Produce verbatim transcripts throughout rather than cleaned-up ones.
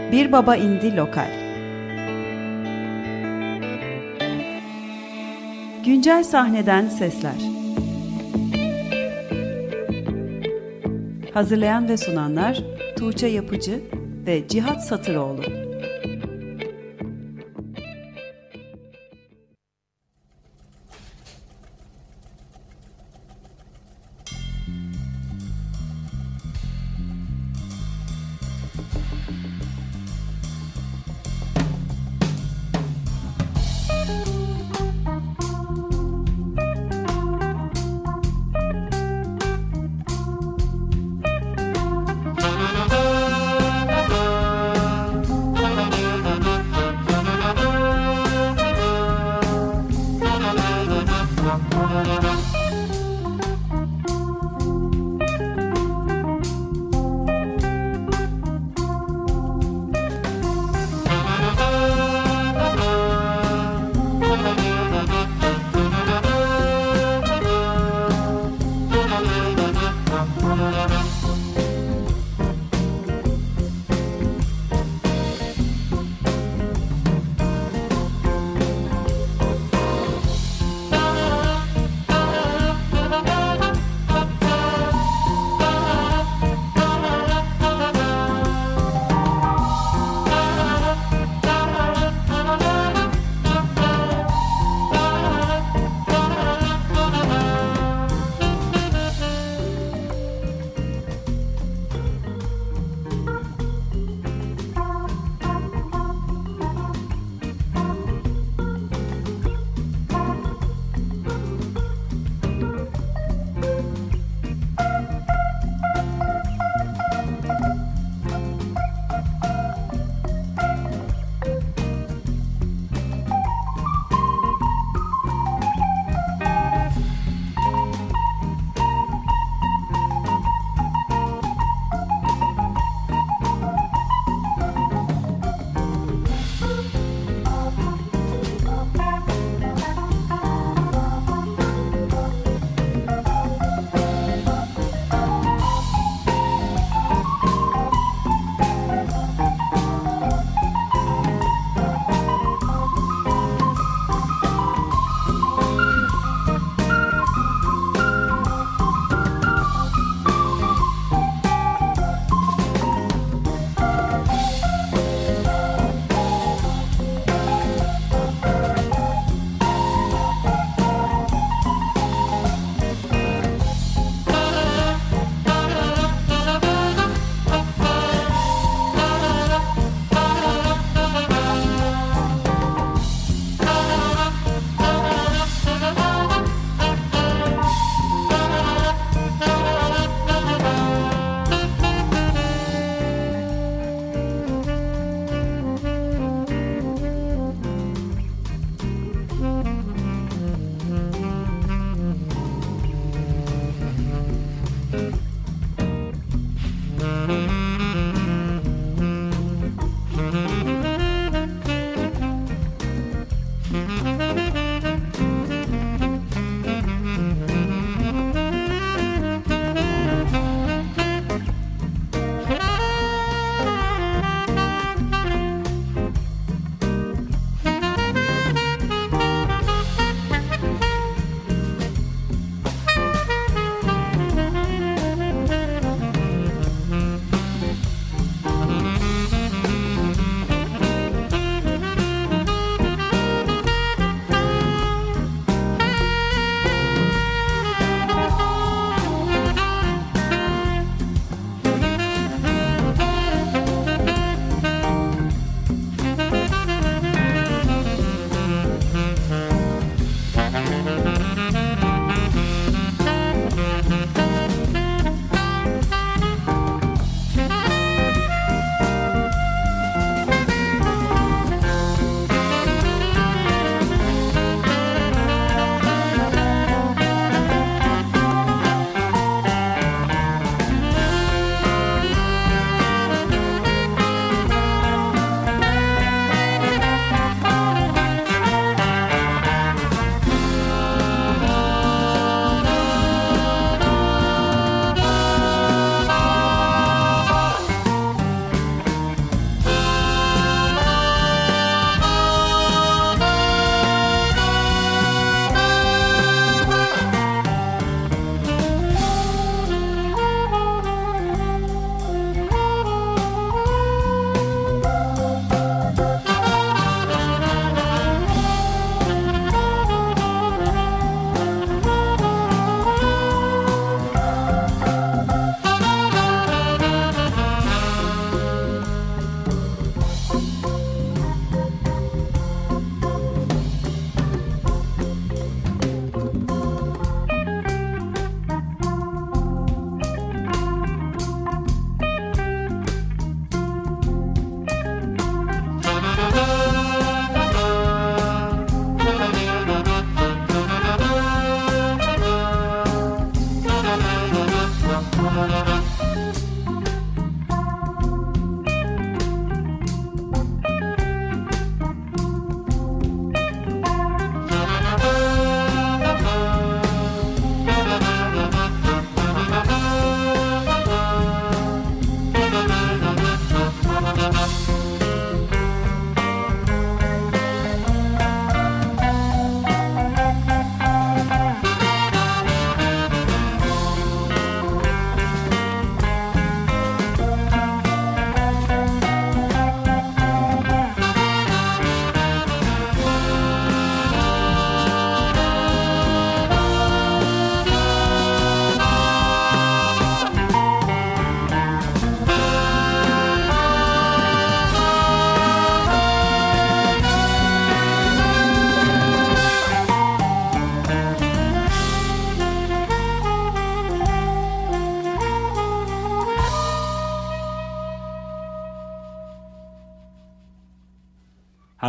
Bir Baba indi lokal. Güncel sahneden sesler. Hazırlayan ve sunanlar Tuğçe Yapıcı ve Cihat Satıroğlu.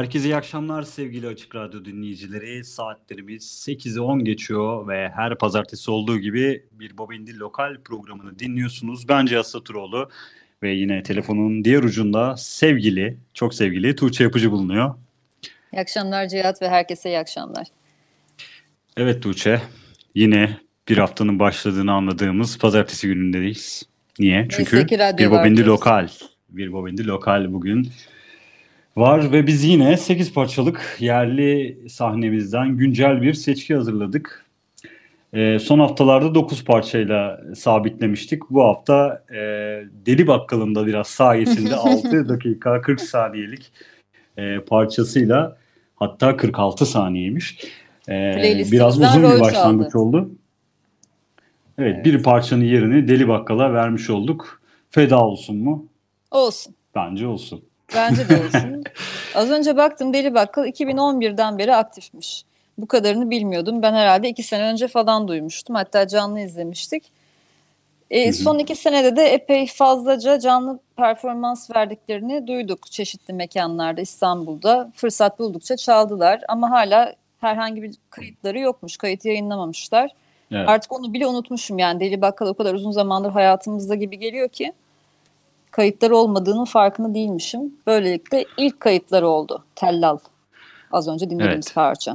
Herkese iyi akşamlar sevgili Açık Radyo dinleyicileri. Saatlerimiz sekizi on geçiyor ve her pazartesi olduğu gibi bir Bobindi Lokal programını dinliyorsunuz. Ben Cihat Satıroğlu ve yine telefonun diğer ucunda sevgili, çok sevgili Tuğçe Yapıcı bulunuyor. İyi akşamlar Cihat ve herkese iyi akşamlar. Evet Tuğçe, yine bir haftanın başladığını anladığımız pazartesi günündeyiz. Niye? Çünkü bir Bobindi Lokal, bir Bobindi Lokal bugün var ve biz yine sekiz parçalık yerli sahnemizden güncel bir seçki hazırladık. Ee, son haftalarda dokuz parçayla sabitlemiştik. Bu hafta e, Deli Bakkal'ın da biraz sayesinde altı dakika kırk saniyelik e, parçasıyla, hatta kırk altı saniyeymiş. E, biraz uzun bir başlangıç çaldı. oldu. Evet, evet, bir parçanın yerini Deli Bakkal'a vermiş olduk. Feda olsun mu? Olsun. Bence olsun. Bence de olsun. Az önce baktım, Deli Bakkal iki bin on birden beri aktifmiş. Bu kadarını bilmiyordum. Ben herhalde iki sene önce falan duymuştum. Hatta canlı izlemiştik. E, hı hı. Son iki senede de epey fazlaca canlı performans verdiklerini duyduk. Çeşitli mekanlarda, İstanbul'da fırsat buldukça çaldılar. Ama hala herhangi bir kayıtları yokmuş. Kayıt yayınlamamışlar. Evet. Artık onu bile unutmuşum yani. Deli Bakkal o kadar uzun zamandır hayatımızda gibi geliyor ki kayıtları olmadığının farkında değilmişim. Böylelikle ilk kayıtları oldu. Tellal. Az önce dinlediğimiz evet. parça.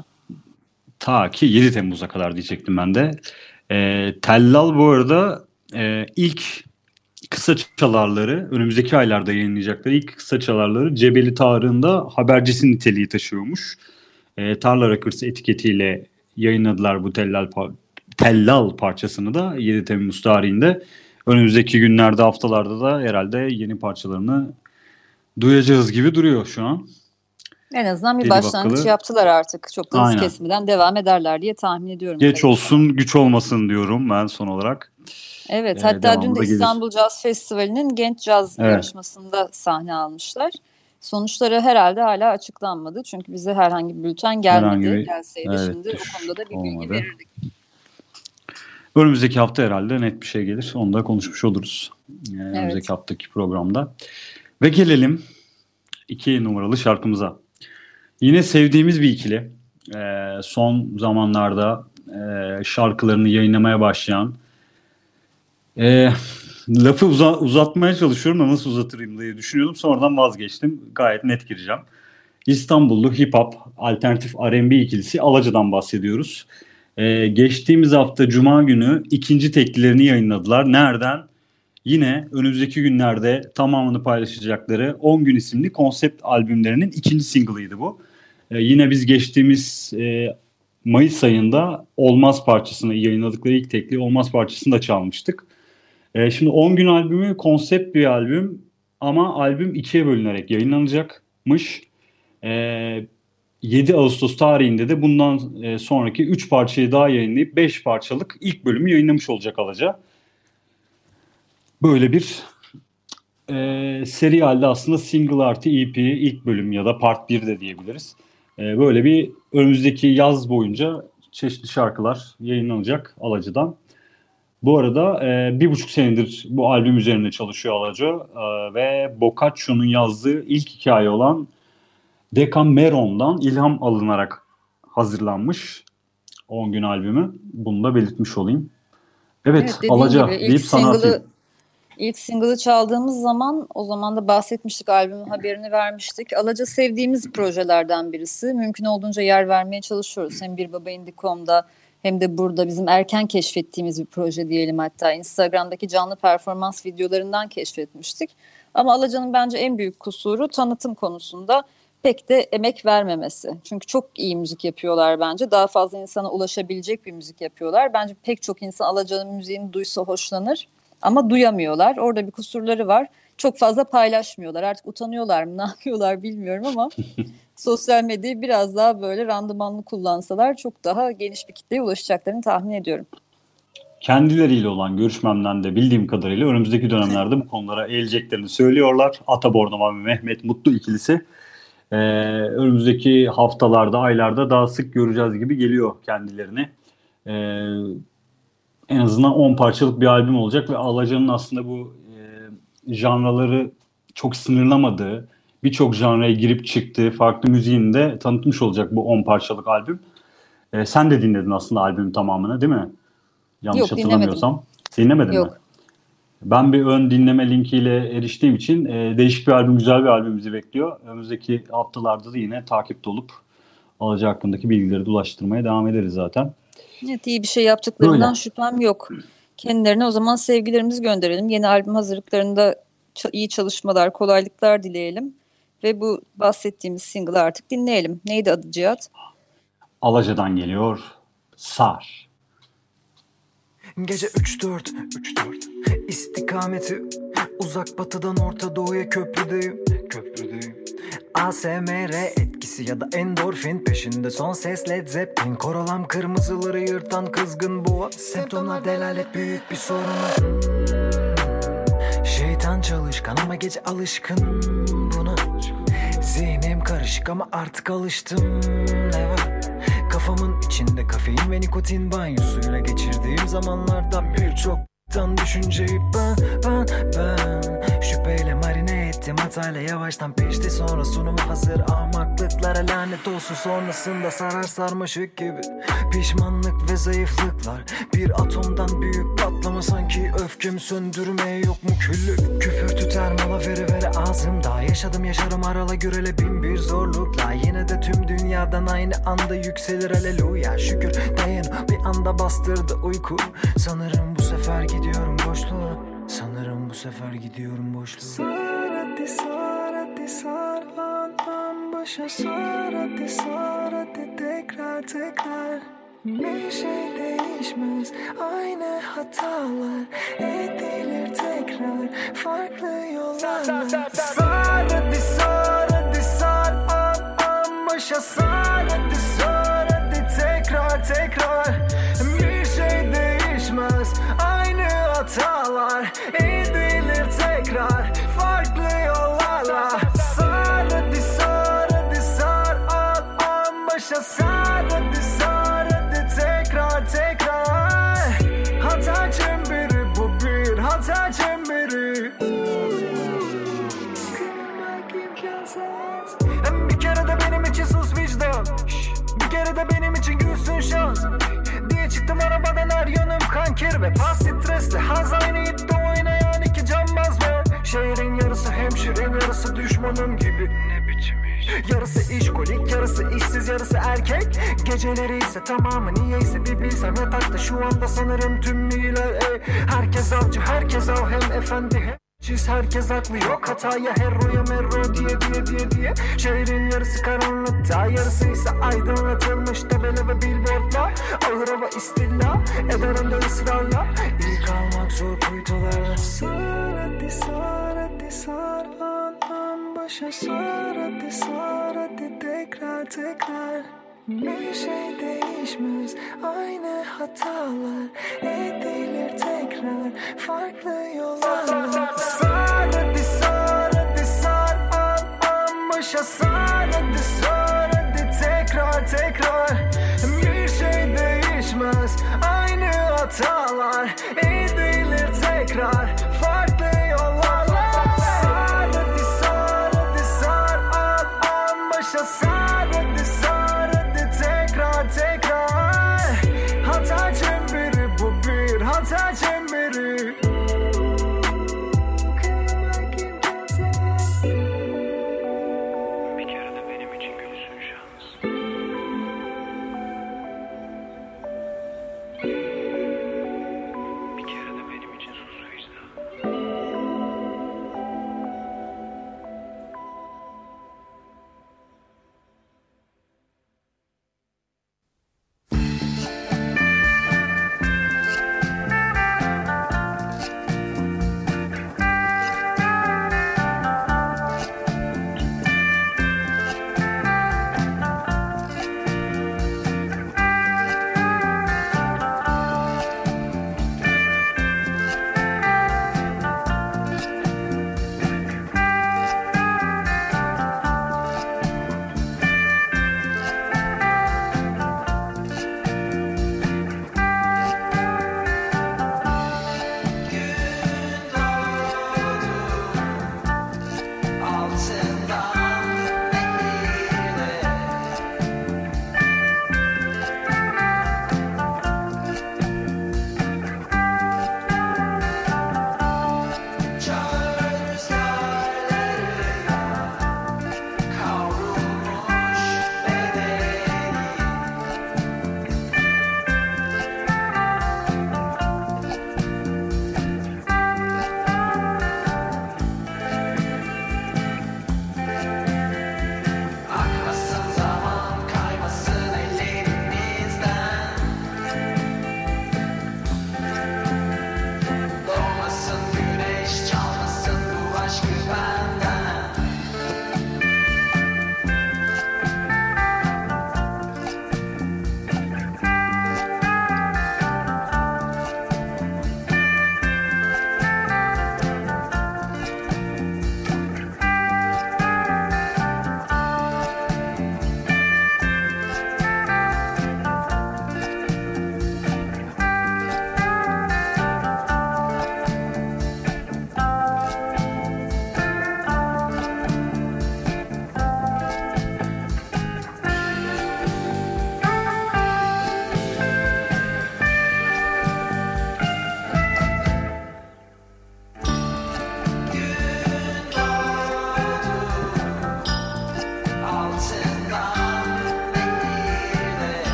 Ta ki yedi Temmuz'a kadar diyecektim ben de. E, Tellal bu arada e, ilk kısa çalarları, önümüzdeki aylarda yayınlayacakları ilk kısa çalarları Cebeli Tarık'ın da habercisi niteliği taşıyormuş. E, Tarla Records etiketiyle yayınladılar bu Tellal, Tellal parçasını da yedi Temmuz tarihinde. Önümüzdeki günlerde, haftalarda da herhalde yeni parçalarını duyacağız gibi duruyor şu an. En azından bir Deli başlangıç Bakkalı yaptılar artık. Çok da hız kesmeden devam ederler diye tahmin ediyorum. Geç olsun, sana. Güç olmasın diyorum ben son olarak. Evet, ee, hatta dün de İstanbul Caz Festivali'nin Genç Caz evet. yarışmasında sahne almışlar. Sonuçları herhalde hala açıklanmadı. Çünkü bize herhangi bir bülten gelmedi. Bir, Gelseydi evet, şimdi o konuda da bir olmadı. bilgi verirdik. Önümüzdeki hafta herhalde net bir şey gelir. Onu da konuşmuş oluruz. Ee, evet. Önümüzdeki haftaki programda. Ve gelelim iki numaralı şarkımıza. Yine sevdiğimiz bir ikili. Ee, son zamanlarda e, şarkılarını yayınlamaya başlayan. E, lafı uza- uzatmaya çalışıyorum da nasıl uzatırım diye düşünüyordum. Sonradan vazgeçtim. Gayet net gireceğim. İstanbullu hip hop, alternatif R and B ikilisi Alaca'dan bahsediyoruz. Ee, geçtiğimiz hafta Cuma günü ikinci teklilerini yayınladılar. Nereden? Yine önümüzdeki günlerde tamamını paylaşacakları on gün isimli konsept albümlerinin ikinci single'ıydı bu. Ee, yine biz geçtiğimiz e, Mayıs ayında Olmaz parçasını yayınladıkları ilk tekli Olmaz parçasını da çalmıştık. Ee, şimdi on gün albümü konsept bir albüm ama albüm ikiye bölünerek yayınlanacakmış. Ee, yedi Ağustos tarihinde de bundan e, sonraki üç parçayı daha yayınlayıp beş parçalık ilk bölümü yayınlamış olacak Alaca. Böyle bir e, seri halde aslında single artı E P ilk bölüm ya da part bir de diyebiliriz. E, böyle bir önümüzdeki yaz boyunca çeşitli şarkılar yayınlanacak Alaca'dan. Bu arada e, bir buçuk senedir bu albüm üzerinde çalışıyor Alaca e, ve Boccaccio'nun yazdığı ilk hikaye olan Decameron'dan ilham alınarak hazırlanmış on gün albümü. Bunu da belirtmiş olayım. Evet, evet Alaca gibi, deyip sana atayım. İlk single'ı çaldığımız zaman o zaman da bahsetmiştik, albümün haberini vermiştik. Alaca sevdiğimiz projelerden birisi. Mümkün olduğunca yer vermeye çalışıyoruz. Hem Bir Baba Indie nokta com'da hem de burada bizim erken keşfettiğimiz bir proje diyelim hatta. Instagram'daki canlı performans videolarından keşfetmiştik. Ama Alaca'nın bence en büyük kusuru tanıtım konusunda pek de emek vermemesi. Çünkü çok iyi müzik yapıyorlar bence. Daha fazla insana ulaşabilecek bir müzik yapıyorlar. Bence pek çok insan Alaca'nın müziğini duysa hoşlanır. Ama duyamıyorlar. Orada bir kusurları var. Çok fazla paylaşmıyorlar. Artık utanıyorlar mı, ne yapıyorlar bilmiyorum ama sosyal medyayı biraz daha böyle randımanlı kullansalar çok daha geniş bir kitleye ulaşacaklarını tahmin ediyorum. Kendileriyle olan görüşmemden de bildiğim kadarıyla önümüzdeki dönemlerde bu konulara eğileceklerini söylüyorlar. Ata Bornova ve Mehmet Mutlu ikilisi. Ee, önümüzdeki haftalarda, aylarda daha sık göreceğiz gibi geliyor kendilerini. Ee, en azından on parçalık bir albüm olacak ve Alaca'nın aslında bu e, janraları çok sınırlamadığı, birçok janraya girip çıktığı farklı müziğini de tanıtmış olacak bu on parçalık albüm. Ee, sen de dinledin aslında albümün tamamını değil mi? Yanlış Yok, hatırlamıyorsam. Dinlemedin Yok. mi? Ben bir ön dinleme linkiyle eriştiğim için e, değişik bir albüm, güzel bir albüm bizi bekliyor. Önümüzdeki haftalarda da yine takipte olup Alaca hakkındaki bilgileri de ulaştırmaya devam ederiz zaten. Evet, iyi bir şey yaptıklarından Böyle. şüphem yok. Kendilerine o zaman sevgilerimizi gönderelim. Yeni albüm hazırlıklarında ç- iyi çalışmalar, kolaylıklar dileyelim. Ve bu bahsettiğimiz single'ı artık dinleyelim. Neydi adı Cihat? Alaca'dan geliyor. Sar. Gece üç dört üç dört istikameti uzak batıdan Orta Doğu'ya köprüdeyim Köprüdeyim A S M R etkisi ya da endorfin peşinde son ses Led Zeppelin Korolam kırmızıları yırtan kızgın boğa Semptomlar delalet büyük bir sorun Şeytan çalışkan ama gece alışkın buna Zihnim karışık ama artık alıştım ne var Kafamın içinde kafein ve nikotin banyosuyla geçirdiğim zamanlardan birçoktan düşünceyi ben, ben, ben Şüpheyle marine ettim hatayla yavaştan pişti sonra sunumu hazır ahmaklıklara lanet olsun sonrasında sarar sarmaşık gibi Pişmanlık ve zayıflıklar bir atomdan büyük patlama sanki öfkemi söndürmeye yok mu küllük Küfür tüter mola vere vere ağzımda yaşadım yaşarım arala gürele bin bir zorlukla Yine de tüm dünyadan aynı anda yükselir aleluya Şükür dayan bir anda bastırdı uyku Sanırım bu sefer gidiyorum boşluğa Sanırım bu sefer gidiyorum boşluğa Sar hadi sar hadi sar an an başa Sar hadi sar hadi tekrar tekrar Bir şey değişmez aynı hatalar Edilir tekrar farklı yollarla Sar hadi sar hadi sar an an başa Sar hadi sar hadi tekrar tekrar Bir şey değişmez aynı hatalar Edilir tekrar farklı yollarla Sar hadi sar hadi sar an an başa Sar hadi sar hadi tekrar tekrar Hata çemberi bu bir hata çemberi Kırmak imkansız Bir kere de benim için sus vicdan Bir kere de benim için gülsün şans Diye çıktım arabadan her yanım kankir ve pas stresle Haz aynı ipte oynayan iki cambaz var Şehrin yarısı hemşirim yarısı düşmanım gibi Ne biçim iş Yarısı işkolik yarısı işsiz yarısı erkek Geceleri ise tamamı niyeyse bir bilsem yatakta Şu anda sanırım tüm iyiler ey. Herkes avcı herkes av hem efendi hem Çiz herkes haklı yok hataya herroya merro diye diye diye diye Şehrin yarısı karanlıkta yarısı ise aydınlatılmış tabela ve billboardla Ağır hava istilla eder hem de ısrarla İlk almak zor kuytulara Sar hadi sar hadi sar an an başa Sar hadi sar hadi tekrar tekrar Bir şey değişmez aynı hatalar Edilir tekrar farklı yollarla Sar hadi sar hadi sar an an başa Sar hadi sar hadi tekrar tekrar Bir şey değişmez aynı hatalar Edilir tekrar farklı yollarla Sar hadi sar hadi sar an an başa Sar hadi sar hadi tekrar tekrar Hata çemberi bu bir hata çemberi Kırmak imkansız Bir kere de benim için gülsün şans Bir kere de benim için sus vicdan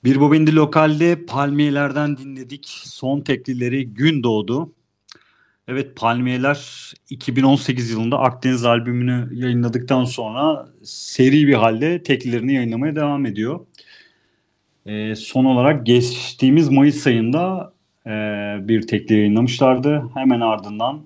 Bir Baba İndi Lokal'de Palmiyeler'den dinledik. Son teklileri Gün Doğdu. Evet, Palmiyeler iki bin on sekiz yılında Akdeniz albümünü yayınladıktan sonra seri bir halde teklilerini yayınlamaya devam ediyor. Ee, son olarak geçtiğimiz Mayıs ayında e, bir tekli yayınlamışlardı. Hemen ardından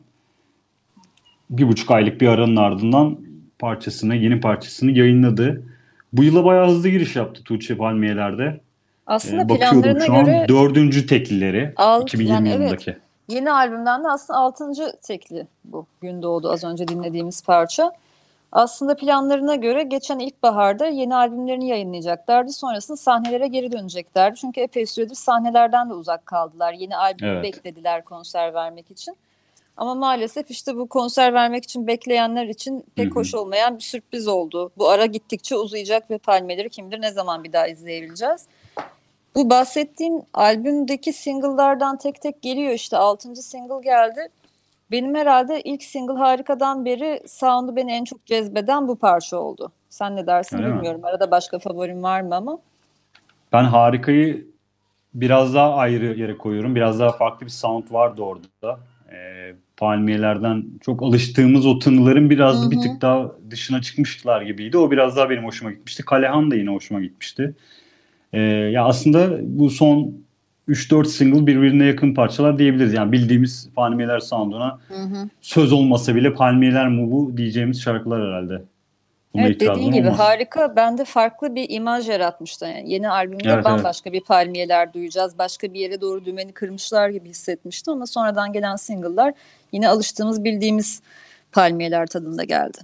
bir buçuk aylık bir aranın ardından parçasını, yeni parçasını yayınladı. Bu yıla bayağı hızlı giriş yaptı Tuğçe Palmiyeler'de. Aslında Ee, bakıyorum planlarına şu göre an dördüncü teklileri alt, iki bin yirmi yani yılındaki. Evet, yeni albümden de aslında altıncı tekli bu. Gün Doğdu az önce dinlediğimiz parça. Aslında planlarına göre geçen ilkbaharda yeni albümlerini yayınlayacaklardı. Sonrasında sahnelere geri döneceklerdi. Çünkü epey süredir sahnelerden de uzak kaldılar. Yeni albümü Evet. beklediler konser vermek için. Ama maalesef işte bu konser vermek için bekleyenler için pek Hı hı. hoş olmayan bir sürpriz oldu. Bu ara gittikçe uzayacak ve Palmiyeleri kim bilir ne zaman bir daha izleyebileceğiz. Bu bahsettiğim albümdeki single'lardan tek tek geliyor, işte altıncı single geldi. Benim herhalde ilk single Harika'dan beri sound'u beni en çok cezbeden bu parça oldu. Sen ne dersin Öyle mi? bilmiyorum. Arada başka favorim var mı ama. Ben Harika'yı biraz daha ayrı yere koyuyorum. Biraz daha farklı bir sound vardı orada. Ee, Palmiyelerden çok alıştığımız o tınıların biraz Hı hı. bir tık daha dışına çıkmışlar gibiydi. O biraz daha benim hoşuma gitmişti. Kalehan da yine hoşuma gitmişti. Ee, ya aslında bu son üç dört single birbirine yakın parçalar diyebiliriz. Yani bildiğimiz Palmiyeler sound'una Hı hı. söz olmasa bile Palmiyeler mi bu diyeceğimiz şarkılar herhalde. Buna Evet, dediğin itirazım gibi olmaz. Harika bende farklı bir imaj yaratmıştı. Yani yeni albümde Evet, bambaşka bir palmiyeler duyacağız. Başka bir yere doğru dümeni kırmışlar gibi hissetmiştim ama sonradan gelen single'lar yine alıştığımız, bildiğimiz palmiyeler tadında geldi.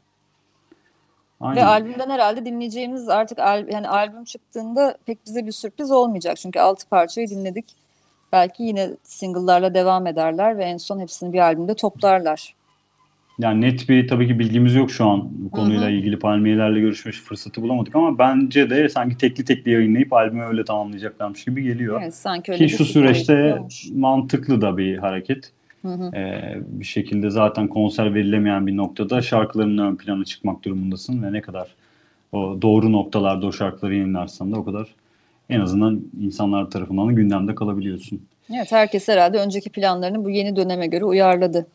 Aynen. Ve albümden herhalde dinleyeceğimiz artık al, yani albüm çıktığında pek bize bir sürpriz olmayacak. Çünkü altı parçayı dinledik. Belki yine single'larla devam ederler ve en son hepsini bir albümde toplarlar. Yani net bir tabii ki bilgimiz yok şu an bu konuyla Hı hı. ilgili. Palmiyelerle görüşme fırsatı bulamadık ama bence de sanki tekli tekli yayınlayıp albümü öyle tamamlayacaklarmış gibi geliyor. Evet, sanki öyle Ki bir şu fikir süreçte olmuş. mantıklı da bir hareket. Hı hı. Ee, bir şekilde zaten konser verilemeyen bir noktada şarkıların ön plana çıkmak durumundasın ve ne kadar o doğru noktalarda o şarkıları yayınlarsan da o kadar en azından insanlar tarafından da gündemde kalabiliyorsun. Evet, herkes herhalde önceki planlarını bu yeni döneme göre uyarladı.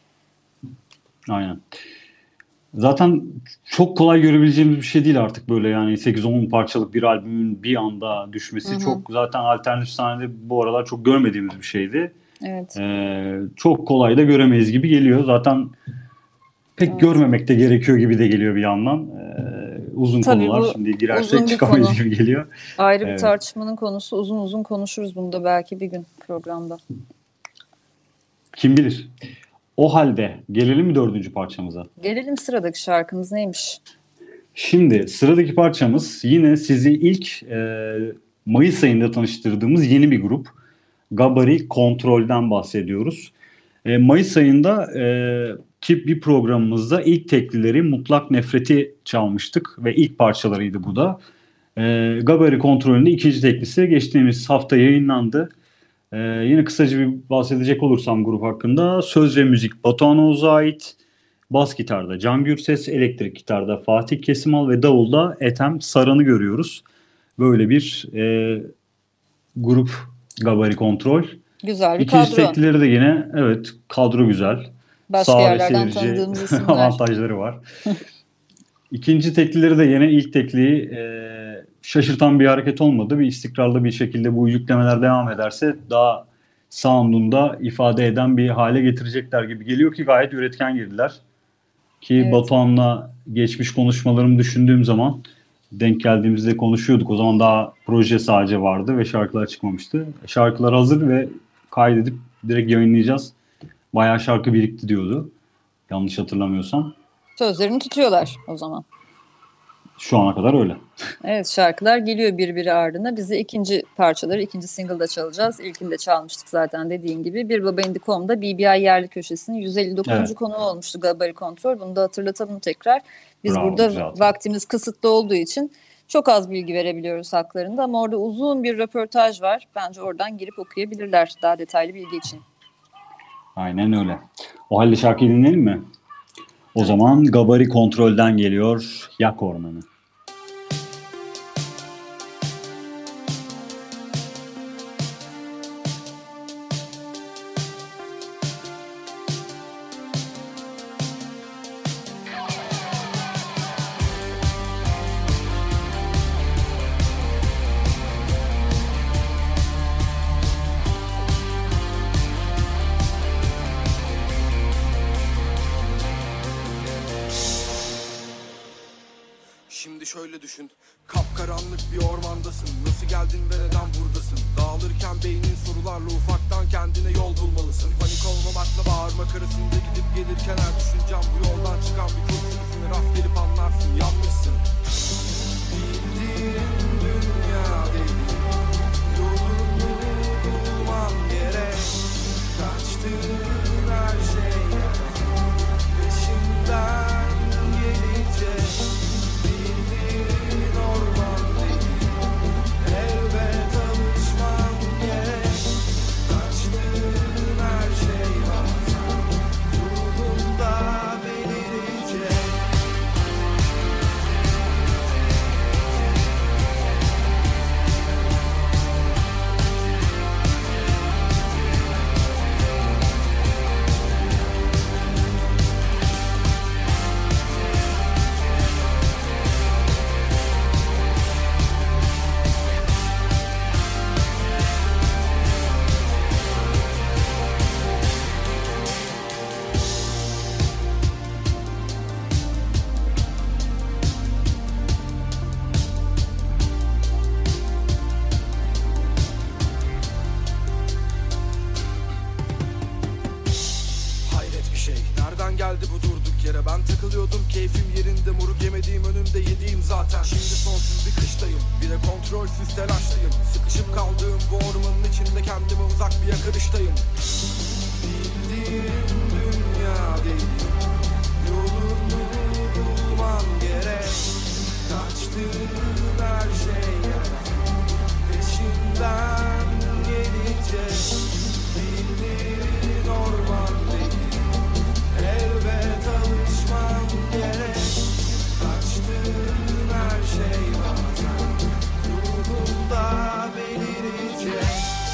Aynen. Zaten çok kolay görebileceğimiz bir şey değil artık böyle, yani sekiz on parçalık bir albümün bir anda düşmesi. Hı hı. Çok zaten alternatif sahnede bu aralar çok görmediğimiz bir şeydi. Evet. Ee, çok kolay da göremeyiz gibi geliyor. Zaten pek Evet. görmemek de gerekiyor gibi de geliyor bir yandan. Ee, uzun Tabii konular, bu şimdi girersek uzun bir çıkamayız konu. gibi geliyor. Ayrı bir Evet. tartışmanın konusu, uzun uzun konuşuruz bunu da belki bir gün programda. Kim bilir. O halde gelelim mi dördüncü parçamıza? Gelelim, sıradaki şarkımız neymiş? Şimdi sıradaki parçamız yine sizi ilk e, Mayıs ayında tanıştırdığımız yeni bir grup. Gabari Kontrol'den bahsediyoruz. E, Mayıs ayında e, ki bir programımızda ilk teklileri Mutlak Nefret'i çalmıştık ve ilk parçalarıydı bu da. E, Gabari Kontrol'ün de ikinci teklisi geçtiğimiz hafta yayınlandı. E, yine kısaca bir bahsedecek olursam grup hakkında: söz ve müzik Batuhan Oğuz'a ait. Bas gitarda Can Gürses, elektrik gitarda Fatih Kesimal ve davulda Ethem Saran'ı görüyoruz. Böyle bir e, grup Gabari Kontrol. Güzel bir İkinci kadro. teklileri de yine evet, kadro güzel. Başka Sağ ve yerlerden seyirci tanıdığımız isimler. avantajları var. İkinci teklileri de yine ilk tekliyi e, şaşırtan bir hareket olmadı. Bir istikrarlı bir şekilde bu yüklemeler devam ederse daha sound'unda ifade eden bir hale getirecekler gibi geliyor ki gayet üretken girdiler. Ki Evet. Batuhan'la geçmiş konuşmalarımı düşündüğüm zaman, denk geldiğimizde konuşuyorduk. O zaman daha proje sadece vardı ve şarkılar çıkmamıştı. Şarkılar hazır ve kaydedip direkt yayınlayacağız. Bayağı şarkı birikti diyordu. Yanlış hatırlamıyorsam. Sözlerini tutuyorlar o zaman. Şu ana kadar öyle. Evet, şarkılar geliyor birbiri ardına. Bizi ikinci parçaları, ikinci single'da çalacağız. İlkini de çalmıştık zaten dediğin gibi. Bir Baba İndi nokta com'da B B I yerli köşesinin yüz elli dokuzuncu Evet. konuğu olmuştu Gabari Kontrol. Bunu da hatırlatalım tekrar. Biz Bravo, burada güzel. vaktimiz kısıtlı olduğu için çok az bilgi verebiliyoruz haklarında. Ama orada uzun bir röportaj var. Bence oradan girip okuyabilirler daha detaylı bilgi için. Aynen öyle. O halde şarkıyı dinleyelim mi? O Evet. zaman Gabari Kontrol'den geliyor Yak Ormanı. şöyle düşün. Kapkaranlık bir ormandasın. Nasıl geldin ve neden buradasın? Dağılırken beynin sorularla ufaktan kendine yol bulmalısın. Panik olmamakla bağırmak arasında gidip gelirken her düşüncem bu yoldan çıkan bir kurşun. Rast gelip anlarsın yanlışsın. Bildiğin dünya değil. Yolunu bulman gerek. Kaçtığın her şey peşinden gelecek. Bildiğin orman değil. Elbet alışman gerek. Kaçtığın her şey bazen ruhunda belirecek. Geldi bu durduk yere. Ben takılıyordum keyfim yerinde. Moruk yemediğim önümde yediğim zaten. Şimdi sonsuz bir kıştayım. Bir de kontrolsüz telaştayım. Sıkışıp kaldığım bu ormanın içinde kendime uzak bir yakarıştayım. Bildiğin dünya değil. Yolunu bulman gerek. Kaçtığın her şey peşinden gelecek. Bildiğin orman değil. Elbet alışmam gerek. Kaçtığın her şey bazen ruhumda belirecek.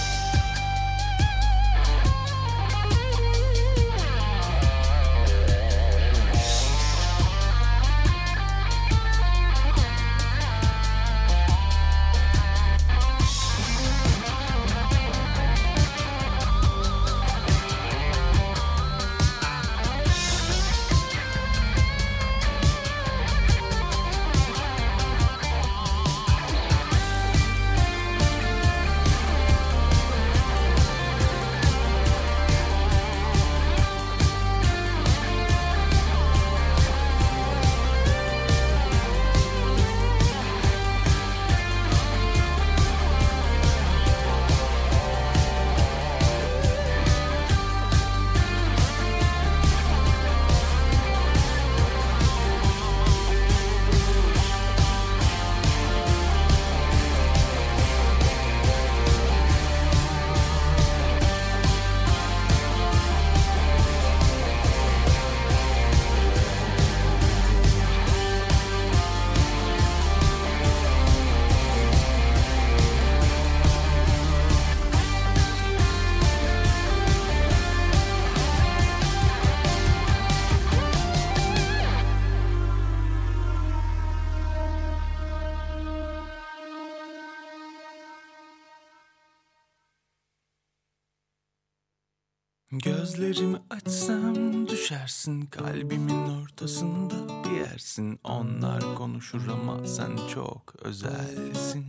Gözlerimi açsam düşersin kalbimin ortasında bir yersin. Onlar konuşur ama sen çok özelsin.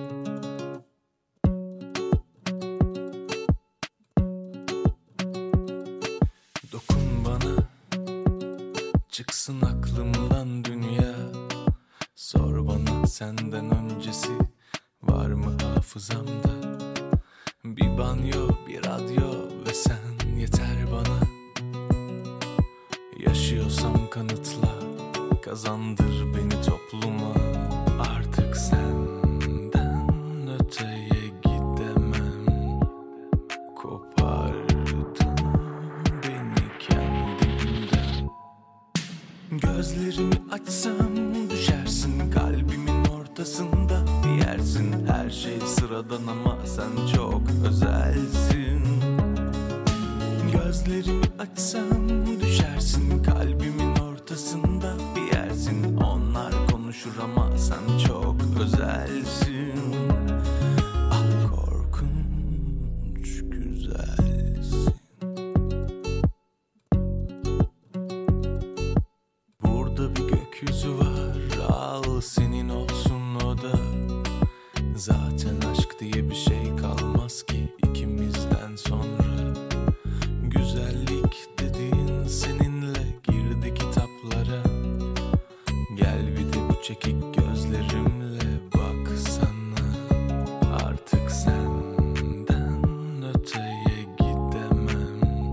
Dokun bana, çıksın aklımdan dünya. Sor bana senden öncesi var mı hafızamda? Bir banyo, bir radyo ve sen yeter bana. Yaşıyorsam kanıtla, kazandır beni topluma. Artık senden öteye gidemem. Kopardın beni kendimden. Gözlerimi açsam düşersin kalbimin ortasında bir yersin. Her şey sıradan ama sen çok özelsin. Gözlerimi açsam düşersin kalbimin ortasında bir yersin. Onlar konuşur ama sen çok özelsin. Ah korkunç güzelsin. Burada bir gökyüzü var, al senin Zaten aşk diye bir şey kalmaz ki ikimizden sonra. Güzellik dediğin seninle girdi kitaplara. Gel bir de bu çekik gözlerimle baksana. Artık senden öteye gidemem.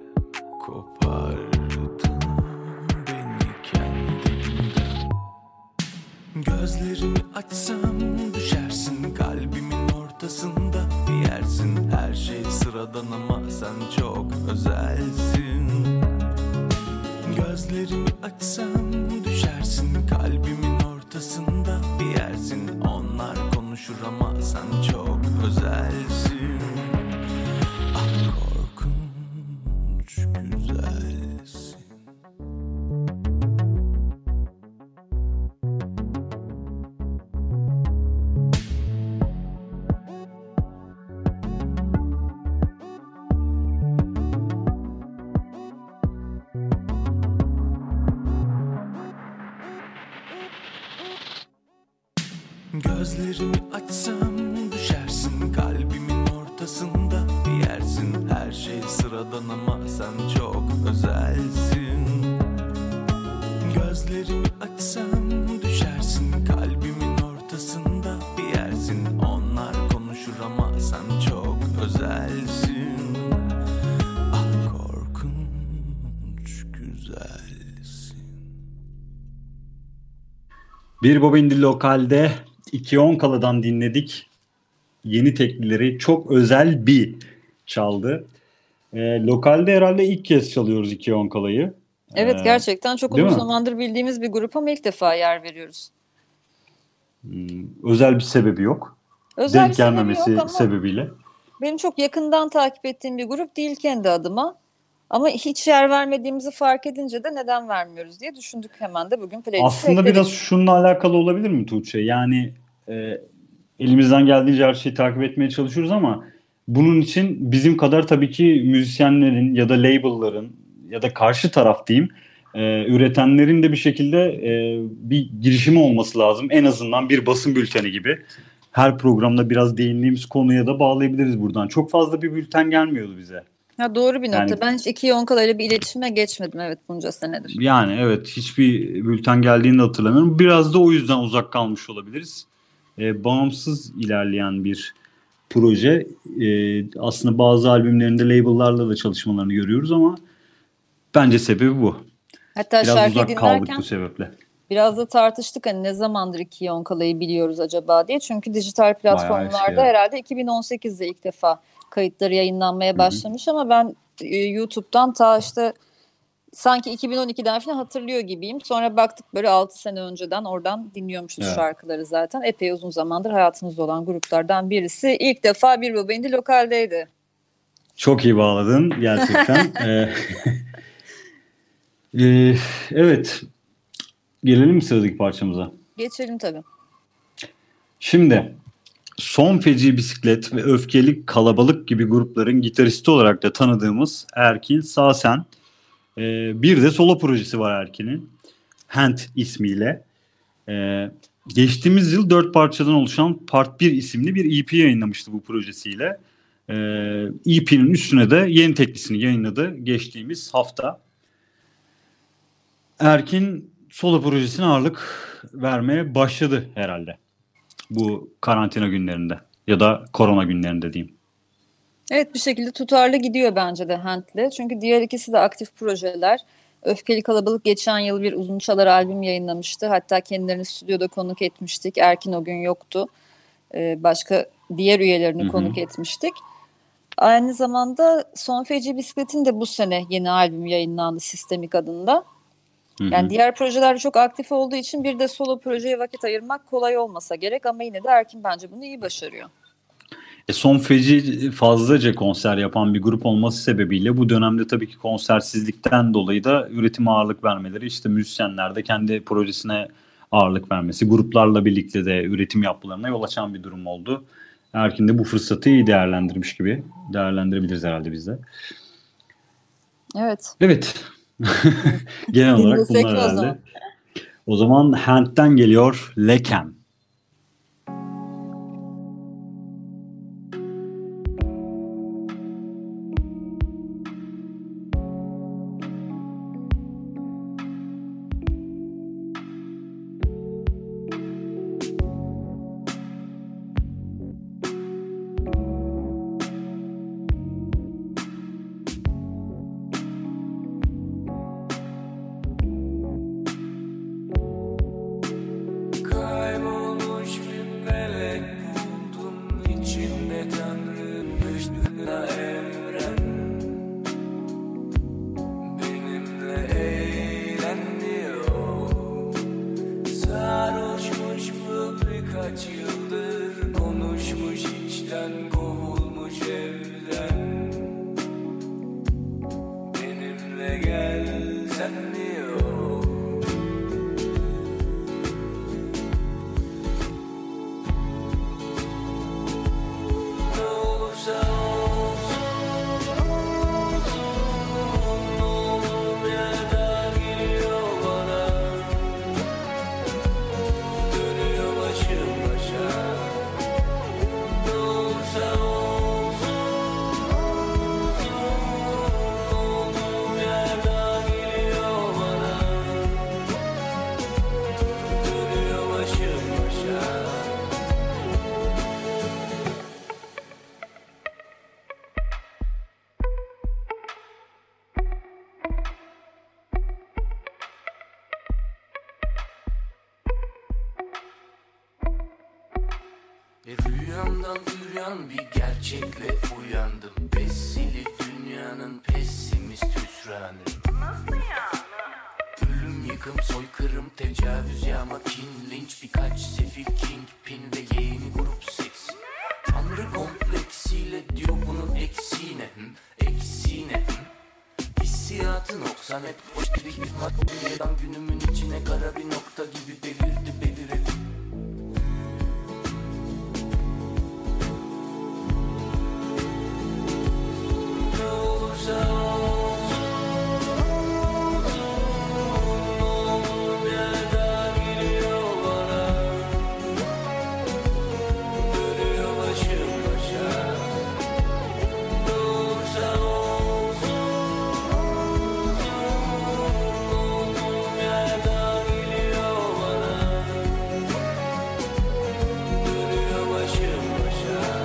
Kopardın beni kendimden. Gözlerimi açsam düşersin kalbimin ortasında bir yersin. Her şey sıradan ama sen çok özelsin. Gözlerimi açsam düşersin kalbimin ortasında bir yersin. Onlar konuşur ama sen çok özelsin. Ah korkunç güzelsin. Gözlerimi açsam düşersin kalbimin ortasında bir yersin. Her şey sıradan ama sen çok özelsin. Gözlerimi açsam düşersin kalbimin ortasında bir yersin. Onlar konuşur ama sen çok özelsin. Ah korkunç güzelsin. Bir Baba İndi Lokal'de iki Onkala'dan dinledik. Yeni teklileri çok özel bir çaldı. E, lokalde herhalde ilk kez çalıyoruz iki Onkala'yı. Evet Ee, gerçekten çok değil uzun mi? zamandır bildiğimiz bir grup ama ilk defa yer veriyoruz. Hmm, özel bir sebebi yok. Özel Denk bir sebebi gelmemesi yok ama sebebiyle. benim çok yakından takip ettiğim bir grup değil kendi adıma. Ama hiç yer vermediğimizi fark edince de neden vermiyoruz diye düşündük, hemen de bugün playlist'e Aslında ekledik. biraz şununla alakalı olabilir mi Tuğçe? Yani e, elimizden geldiğince her şeyi takip etmeye çalışıyoruz ama bunun için bizim kadar tabii ki müzisyenlerin ya da label'ların ya da karşı taraf diyeyim e, üretenlerin de bir şekilde e, bir girişimi olması lazım. En azından bir basın bülteni gibi. Her programda biraz değindiğimiz konuya da bağlayabiliriz buradan. Çok fazla bir bülten gelmiyordu bize. Ha, doğru bir nokta. Yani Ben hiç iki Yonka'yla bir iletişime geçmedim evet bunca senedir. Yani evet hiçbir bülten geldiğini de hatırlamıyorum. Biraz da o yüzden uzak kalmış olabiliriz. Ee, bağımsız ilerleyen bir proje. Ee, aslında bazı albümlerinde label'larla da çalışmalarını görüyoruz ama bence sebebi bu. Hatta Biraz şarkıyı uzak kaldık dinlerken bu sebeple. biraz da tartıştık hani ne zamandır iki Yonka'yı biliyoruz acaba diye. Çünkü dijital Bayağı eski, platformlarda evet. herhalde iki bin on sekizde ilk defa kayıtları yayınlanmaya Hı hı. başlamış ama ben e, YouTube'dan ta işte sanki iki bin on ikiden falan hatırlıyor gibiyim. Sonra baktık böyle altı sene önceden oradan dinliyormuşuz Evet. şarkıları zaten. Epey uzun zamandır hayatımızda olan gruplardan birisi. İlk defa Bir Baba İndi Lokal'deydi. Çok iyi bağladın gerçekten. Ee, e, evet. Gelelim mi sıradaki parçamıza? Geçelim tabii. Şimdi Son Feci Bisiklet ve Öfkeli Kalabalık gibi grupların gitaristi olarak da tanıdığımız Erkin Sağsen. Ee, bir de solo projesi var Erkin'in. Hand ismiyle. Ee, geçtiğimiz yıl dört parçadan oluşan Part bir isimli bir E P yayınlamıştı bu projesiyle. Ee, E P'nin üstüne de yeni teklisini yayınladı geçtiğimiz hafta. Erkin solo projesine ağırlık vermeye başladı herhalde. Bu karantina günlerinde ya da korona günlerinde diyeyim. Evet bir şekilde tutarlı gidiyor bence de Hand'le. Çünkü diğer ikisi de aktif projeler. Öfkeli Kalabalık geçen yıl bir uzun çalar albüm yayınlamıştı. Hatta kendilerini stüdyoda konuk etmiştik. Erkin o gün yoktu. Ee, başka diğer üyelerini Hı hı. konuk etmiştik. Aynı zamanda Son Feci Bisiklet'in de bu sene yeni albüm yayınlandı Sistemik adında. Hı hı. Yani diğer projeler çok aktif olduğu için bir de solo projeye vakit ayırmak kolay olmasa gerek ama yine de Erkin bence bunu iyi başarıyor. E Son Feci fazlaca konser yapan bir grup olması sebebiyle bu dönemde tabii ki konsersizlikten dolayı da üretime ağırlık vermeleri, işte müzisyenler de kendi projesine ağırlık vermesi, gruplarla birlikte de üretim yapmalarına yol açan bir durum oldu. Erkin de bu fırsatı iyi değerlendirmiş gibi. Değerlendirebiliriz herhalde biz de. Evet. Evet. Genel olarak Dinlesek bunlar mi o herhalde. zaman? O zaman Hand'den geliyor Lekem. içinde Tanrı'nın dışında evren. Benimle eğlen diyor. Sarhoşmuş bu birkaç yıldır, konuşmuş içten, kovulmuş evden. Benimle gelsen diyor. Ne olursa olsun, olsun, olduğum yerden geliyor bana. Dönüyor başım başa. Ne olursa olsun, olsun, olduğum yerden geliyor bana. Dönüyor başım başa. E rüyamdan uyan bir gerçekle uyandım. Besili dünyanın pesimist hüsranı. Nasıl yani? Ölüm, yıkım, soykırım, tecavüz, yağma, kin, linç, birkaç sefil kingpin ve yeğeni grup seks. Tanrı kompleksiyle diyor bunun eksiğine, hı, eksiğine. Hı. Hissiyatı noksan hep boş bir maddeyeden günümün içine kara bir nokta gibi belirdi belirdi. Ne olursa olsun, olsun, olduğum yerden geliyor bana. Dönüyor başım başa. Ne olursa olsun, olsun, olduğum yerden geliyor bana. Dönüyor başım başa.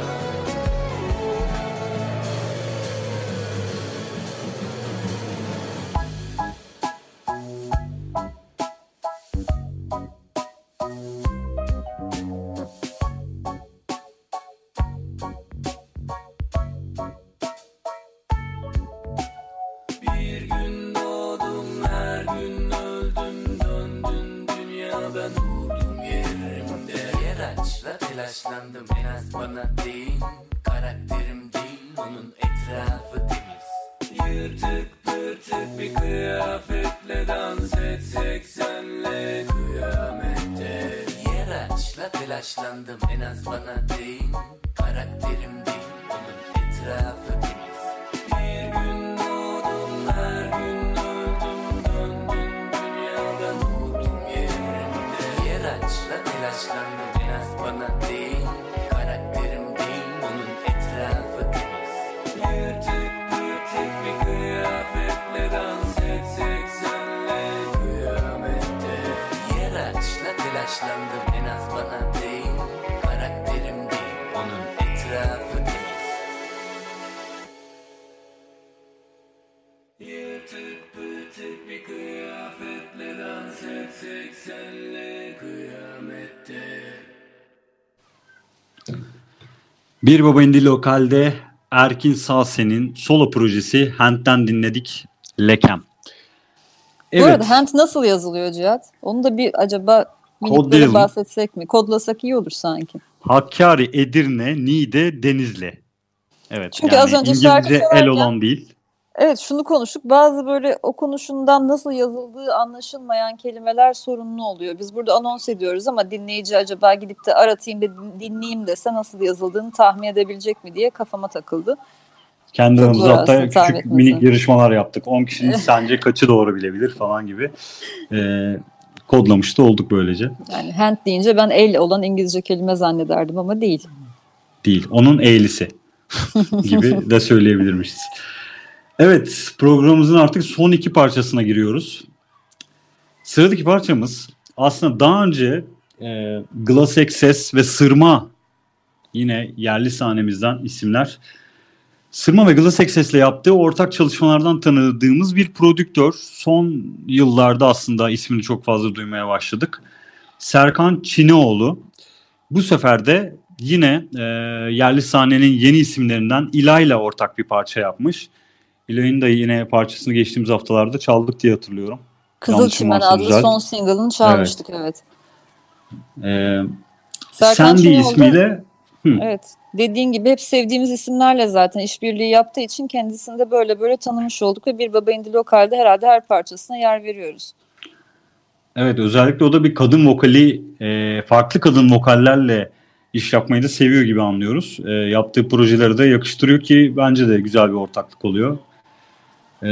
Bir gün doğdum, her gün öldüm, döndün dünya, ben durdum yerimde. Yer açla telaşlandım, en az bana değil, karakterim değil, onun etrafı temiz. Yırtık pırtık bir kıyafetle dans etsek senle kıyamette. Yer açla telaşlandım, en az bana değil, karakterim değil, onun etrafı temiz. Bir gün doğdum, her gün öldüm, döndün dünya, ben durdum yerimde. Yer açla telaşlandım, en az bana değil, karakterim değil, onun etrafı temiz. Yırtık pırtık bir kıyafetle dans etsek senle kıyamette. Yer açla telaşlandım, en az bana değil, karakterim değil, onun etrafı temiz. Yırtık pırtık bir kıyafetle dans etsek senle kıyamette. Bir Baba İndi Lokal'de Erkin Sağsen'in solo projesi Hand'den dinledik. Lekem. Bu arada Hand nasıl yazılıyor Cihat? Onu da bir acaba minik böyle Kodlayalım. bahsetsek mi? Kodlasak iyi olur sanki. Hakkari, Edirne, Niğde, Denizli. Evet. Çünkü yani az önce şarkı İngilizce el söylerken- olan değil. Evet, şunu konuştuk. Bazı böyle okunuşundan nasıl yazıldığı anlaşılmayan kelimeler sorunlu oluyor. Biz burada anons ediyoruz ama dinleyici acaba gidip de aratayım da din- dinleyeyim dese nasıl yazıldığını tahmin edebilecek mi diye kafama takıldı. Kendi Çok aramızda zor hatta aslında tahmin küçük etmesi. minik yarışmalar yaptık. on kişinin sence kaçı doğru bilebilir falan gibi. Ee, kodlamış da olduk böylece. Yani hand deyince ben el olan İngilizce kelime zannederdim ama değil. Değil. Onun eğlisi gibi de söyleyebilirmişiz. Evet, programımızın artık son iki parçasına giriyoruz. Sıradaki parçamız aslında daha önce e, Glass Access ve Sırma, yine yerli sahnemizden isimler. Sırma ve Glass Access'le yaptığı ortak çalışmalardan tanıdığımız bir prodüktör. Son yıllarda aslında ismini çok fazla duymaya başladık. Serkan Çineoğlu. Bu sefer de yine e, yerli sahnenin yeni isimlerinden İlay'la ortak bir parça yapmış. İlay'ın da yine parçasını geçtiğimiz haftalarda çaldık diye hatırlıyorum. Kızılçimen adlı güzel. Son single'ını çalmıştık, evet. evet. Ee, Sandy ismiyle. Hı. Evet. Dediğin gibi hep sevdiğimiz isimlerle zaten işbirliği yaptığı için kendisini de böyle böyle tanımış olduk ve Bir Baba İndi Lokal'de herhalde her parçasına yer veriyoruz. Evet, özellikle o da bir kadın vokali, e, farklı kadın vokallerle iş yapmayı da seviyor gibi anlıyoruz. E, yaptığı projeleri de yakıştırıyor ki bence de güzel bir ortaklık oluyor. E,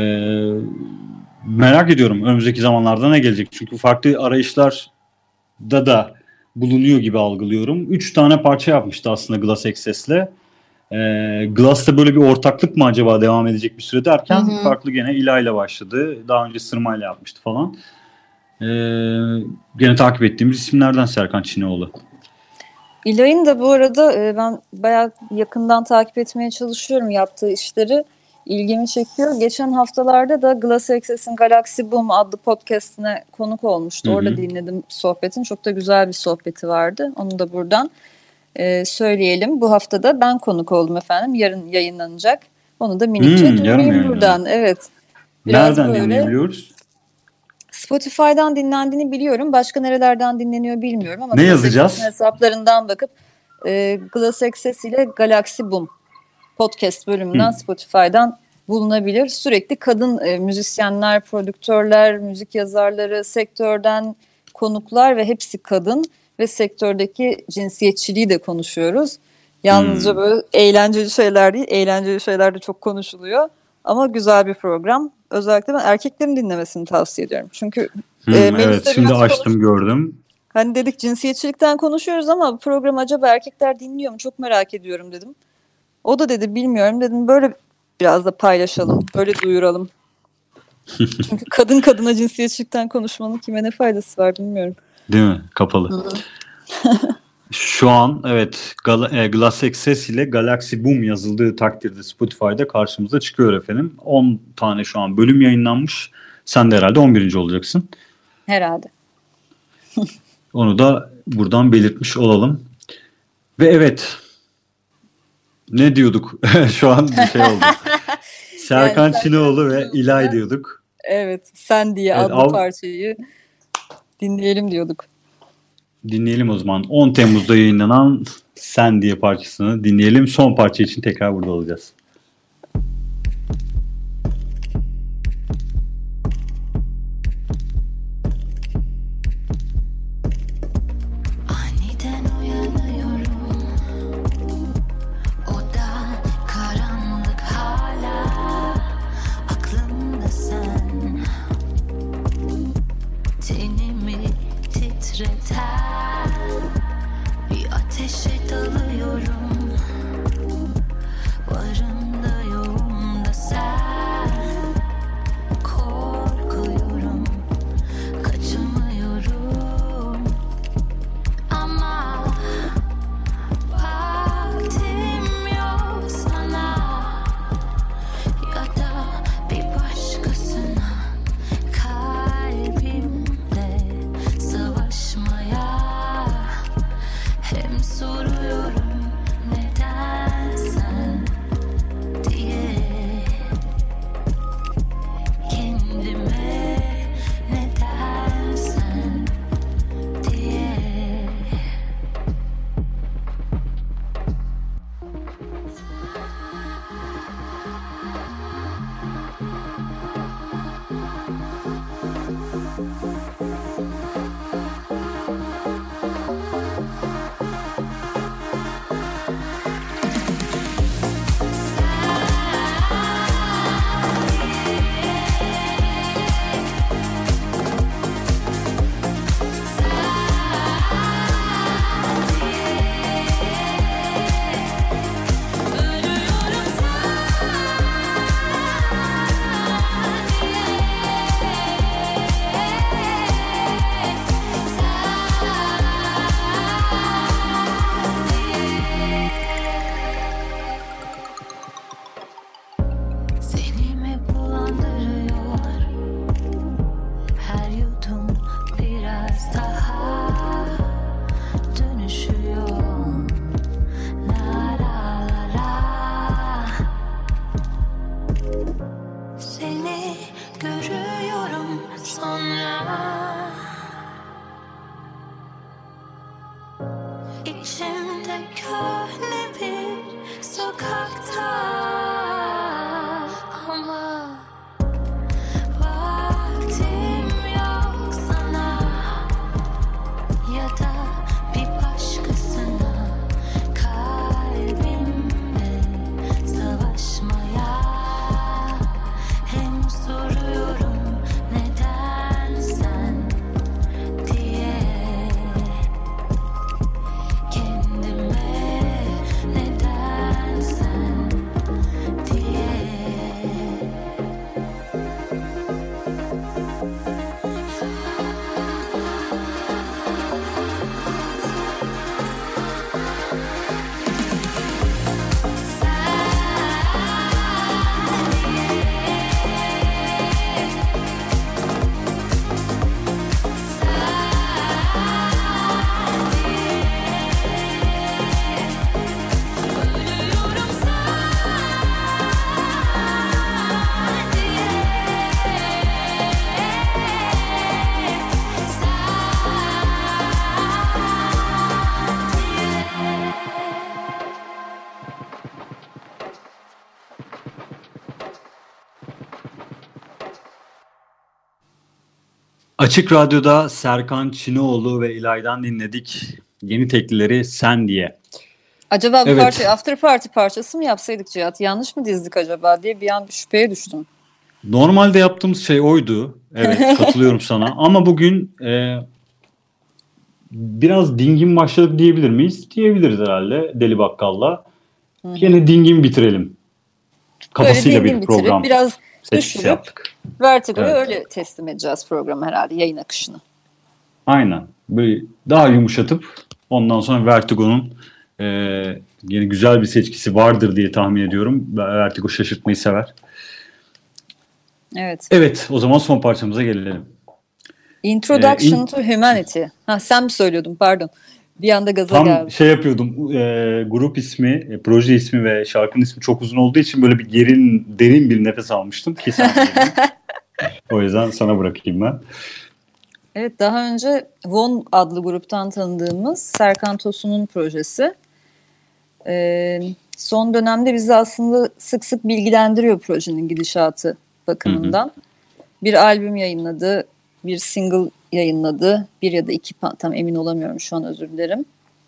merak ediyorum önümüzdeki zamanlarda ne gelecek. Çünkü farklı arayışlarda da bulunuyor gibi algılıyorum. Üç tane parça yapmıştı aslında Glass Access'le. E, Glass'ta böyle bir ortaklık mı acaba devam edecek bir süre derken hı hı. farklı gene İlay'la başladı. Daha önce Sırma'yla yapmıştı falan. Ee, gene takip ettiğimiz isimlerden Serkan Çineoğlu. İlay'ın da bu arada e, ben bayağı yakından takip etmeye çalışıyorum yaptığı işleri. İlgimi çekiyor. Geçen haftalarda da Glass Access'in Galaxy Boom adlı podcastine konuk olmuştu. Hı hı. Orada dinledim sohbetini. Çok da güzel bir sohbeti vardı. Onu da buradan e, söyleyelim. Bu haftada ben konuk oldum efendim. Yarın yayınlanacak. Onu da minikçe hmm, duyurayım buradan. Evet. Biraz nereden böyle dinleyebiliyoruz? Spotify'dan dinlendiğini biliyorum. Başka nerelerden dinleniyor bilmiyorum ama ne yazacağız? Hesaplarından bakıp e, Glass Access ile Galaxy Boom podcast bölümünden hmm. Spotify'dan bulunabilir. Sürekli kadın e, müzisyenler, prodüktörler, müzik yazarları, sektörden konuklar ve hepsi kadın ve sektördeki cinsiyetçiliği de konuşuyoruz. Yalnızca hmm. böyle eğlenceli şeyler değil, eğlenceli şeyler de çok konuşuluyor. Ama güzel bir program. Özellikle ben erkeklerin dinlemesini tavsiye ediyorum. Çünkü hmm, e, evet şimdi açtım konuş- gördüm. Hani dedik cinsiyetçilikten konuşuyoruz ama bu programı acaba erkekler dinliyor mu? Çok merak ediyorum dedim. O da dedi bilmiyorum dedim. Böyle biraz da paylaşalım. Böyle duyuralım. Çünkü kadın kadına cinsiyetçilikten konuşmanın kime ne faydası var bilmiyorum. Değil mi? Kapalı. Şu an evet Gal- e, Glass Access ile Galaxy Boom yazıldığı takdirde Spotify'da karşımıza çıkıyor efendim. on tane şu an bölüm yayınlanmış. Sen de herhalde on birinci olacaksın. Herhalde. Onu da buradan belirtmiş olalım. Ve evet ne diyorduk? Şu an bir şey oldu. Serkan yani Çineoğlu ve İlay diyorduk. Evet, Sen diye evet, adlı av- parçayı dinleyelim diyorduk. Dinleyelim o zaman. on Temmuz'da yayınlanan Sen diye parçasını dinleyelim. Son parça için tekrar burada olacağız. Bir ateşe dalıyorum, varım Açık Radyo'da Serkan Çinoğlu ve İlay'dan dinledik. Yeni teklileri Sen diye. Acaba bu Evet. parçayı After Party parçası mı yapsaydık Cihat? Yanlış mı dizdik acaba diye bir an bir şüpheye düştüm. Normalde yaptığımız şey oydu. Evet, katılıyorum sana. Ama bugün e, biraz dingin başladık diyebilir miyiz? Diyebiliriz herhalde Deli Bakkal'la. Yine dingin bitirelim. Kafasıyla Böyle bir dingin program bitirip biraz seçkisi düşürüp yaptık. Vertigo'ya Evet. öyle teslim edeceğiz programı herhalde, yayın akışını. Aynen. Böyle daha yumuşatıp ondan sonra Vertigo'nun e, yine güzel bir seçkisi vardır diye tahmin ediyorum. Vertigo şaşırtmayı sever. Evet. Evet, o zaman son parçamıza gelelim. Introduction Ee, in- to Humanity. Ha, sen mi söylüyordun, pardon. Bir anda gaza Tam geldim. şey yapıyordum, e, grup ismi, e, proje ismi ve şarkının ismi çok uzun olduğu için böyle bir gerin, derin bir nefes almıştım ki sen de. O yüzden sana bırakayım ben. Evet, daha önce Von adlı gruptan tanıdığımız Serkan Tosun'un projesi. Ee, son dönemde bizi aslında sık sık bilgilendiriyor projenin gidişatı bakımından. Bir albüm yayınladı, bir single yayınladı, bir ya da iki, tam emin olamıyorum şu an, özür dilerim.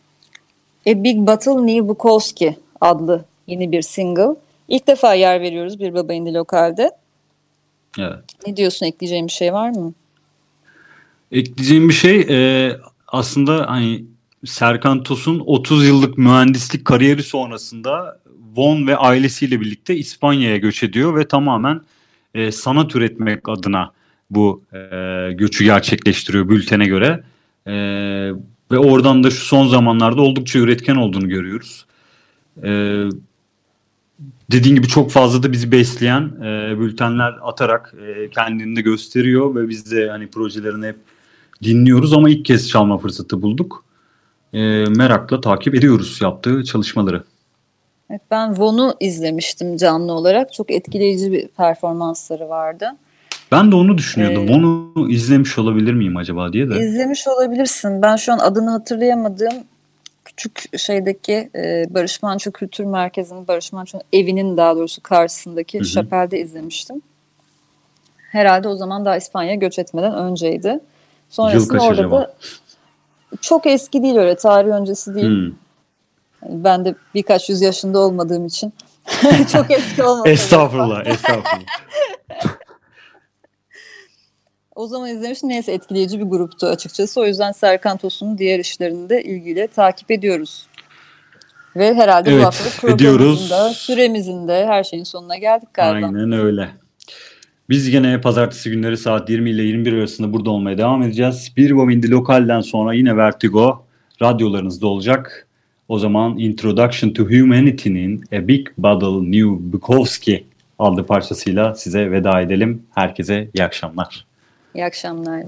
A Big Battle New Bukowski adlı yeni bir single. İlk defa yer veriyoruz Bir Baba İndi Lokal'de. Evet. Ne diyorsun, ekleyeceğim bir şey var mı? Ekleyeceğim bir şey e, aslında hani Serkan Tosun otuz yıllık mühendislik kariyeri sonrasında Von ve ailesiyle birlikte İspanya'ya göç ediyor ve tamamen e, sanat üretmek adına bu e, göçü gerçekleştiriyor bültene göre. E, ve oradan da şu son zamanlarda oldukça üretken olduğunu görüyoruz. E, dediğin gibi çok fazla da bizi besleyen e, bültenler atarak e, kendini de gösteriyor ve biz de hani projelerini hep dinliyoruz ama ilk kez çalma fırsatı bulduk. E, merakla takip ediyoruz yaptığı çalışmaları. Evet, ben Von'u izlemiştim canlı olarak. Çok etkileyici bir performansları vardı. Ben de onu düşünüyordum. Ee, Onu izlemiş olabilir miyim acaba diye de. İzlemiş olabilirsin. Ben şu an adını hatırlayamadığım küçük şeydeki e, Barış Manço Kültür Merkezi'nin, Barış Manço'nun evinin daha doğrusu karşısındaki Hı hı. şapelde izlemiştim. Herhalde o zaman daha İspanya'ya göç etmeden önceydi. Yıl Sonrasında kaç orada acaba? da çok eski değil, öyle tarih öncesi değil. Hmm. Ben de birkaç yüz yaşında olmadığım için çok eski olmasa da. Estağfurullah, estağfurullah. O zaman izlemiştim. Neyse, etkileyici bir gruptu açıkçası. O yüzden Serkan Tosun'un diğer işlerini de ilgiyle takip ediyoruz. Ve herhalde Evet, bu haftalık programımızın ediyoruz. da, süremizin de, her şeyin sonuna geldik galiba. Aynen öyle. Biz gene pazartesi günleri saat yirmi ile yirmi bir arasında burada olmaya devam edeceğiz. Bir Baba İndi Lokal'den sonra yine Vertigo radyolarınızda olacak. O zaman Introduction to Humanity'nin A Big Battle New Bukowski adlı parçasıyla size veda edelim. Herkese iyi akşamlar. İyi akşamlar.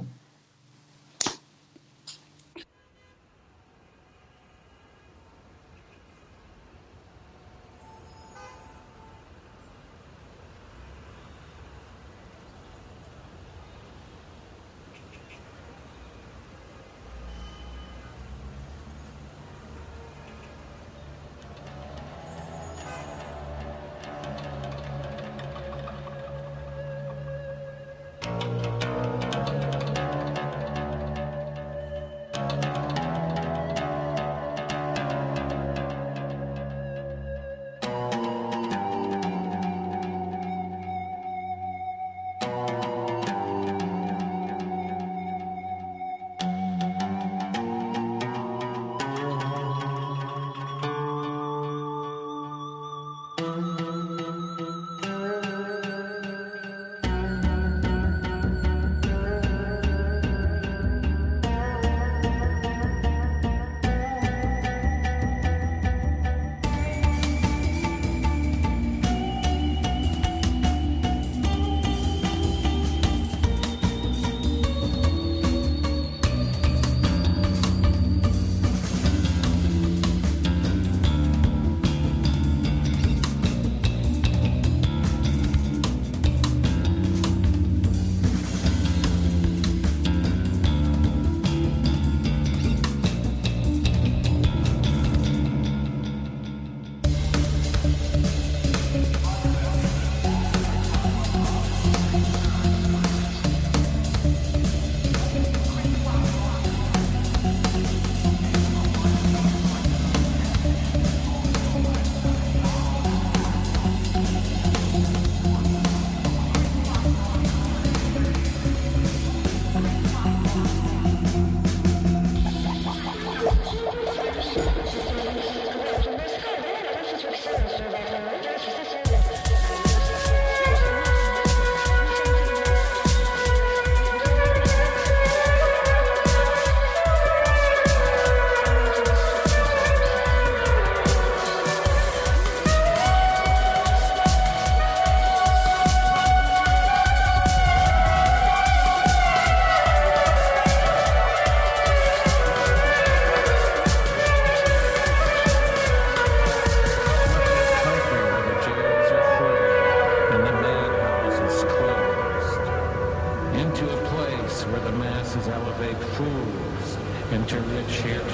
Internet.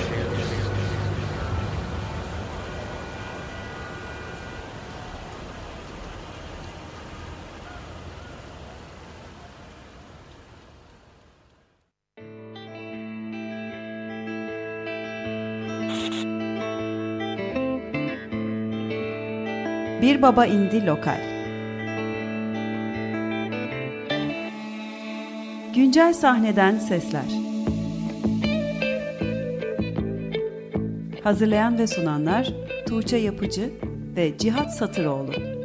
Bir Baba indi lokal. Güncel sahneden sesler. Hazırlayan ve sunanlar Tuğçe Yapıcı ve Cihat Satıroğlu.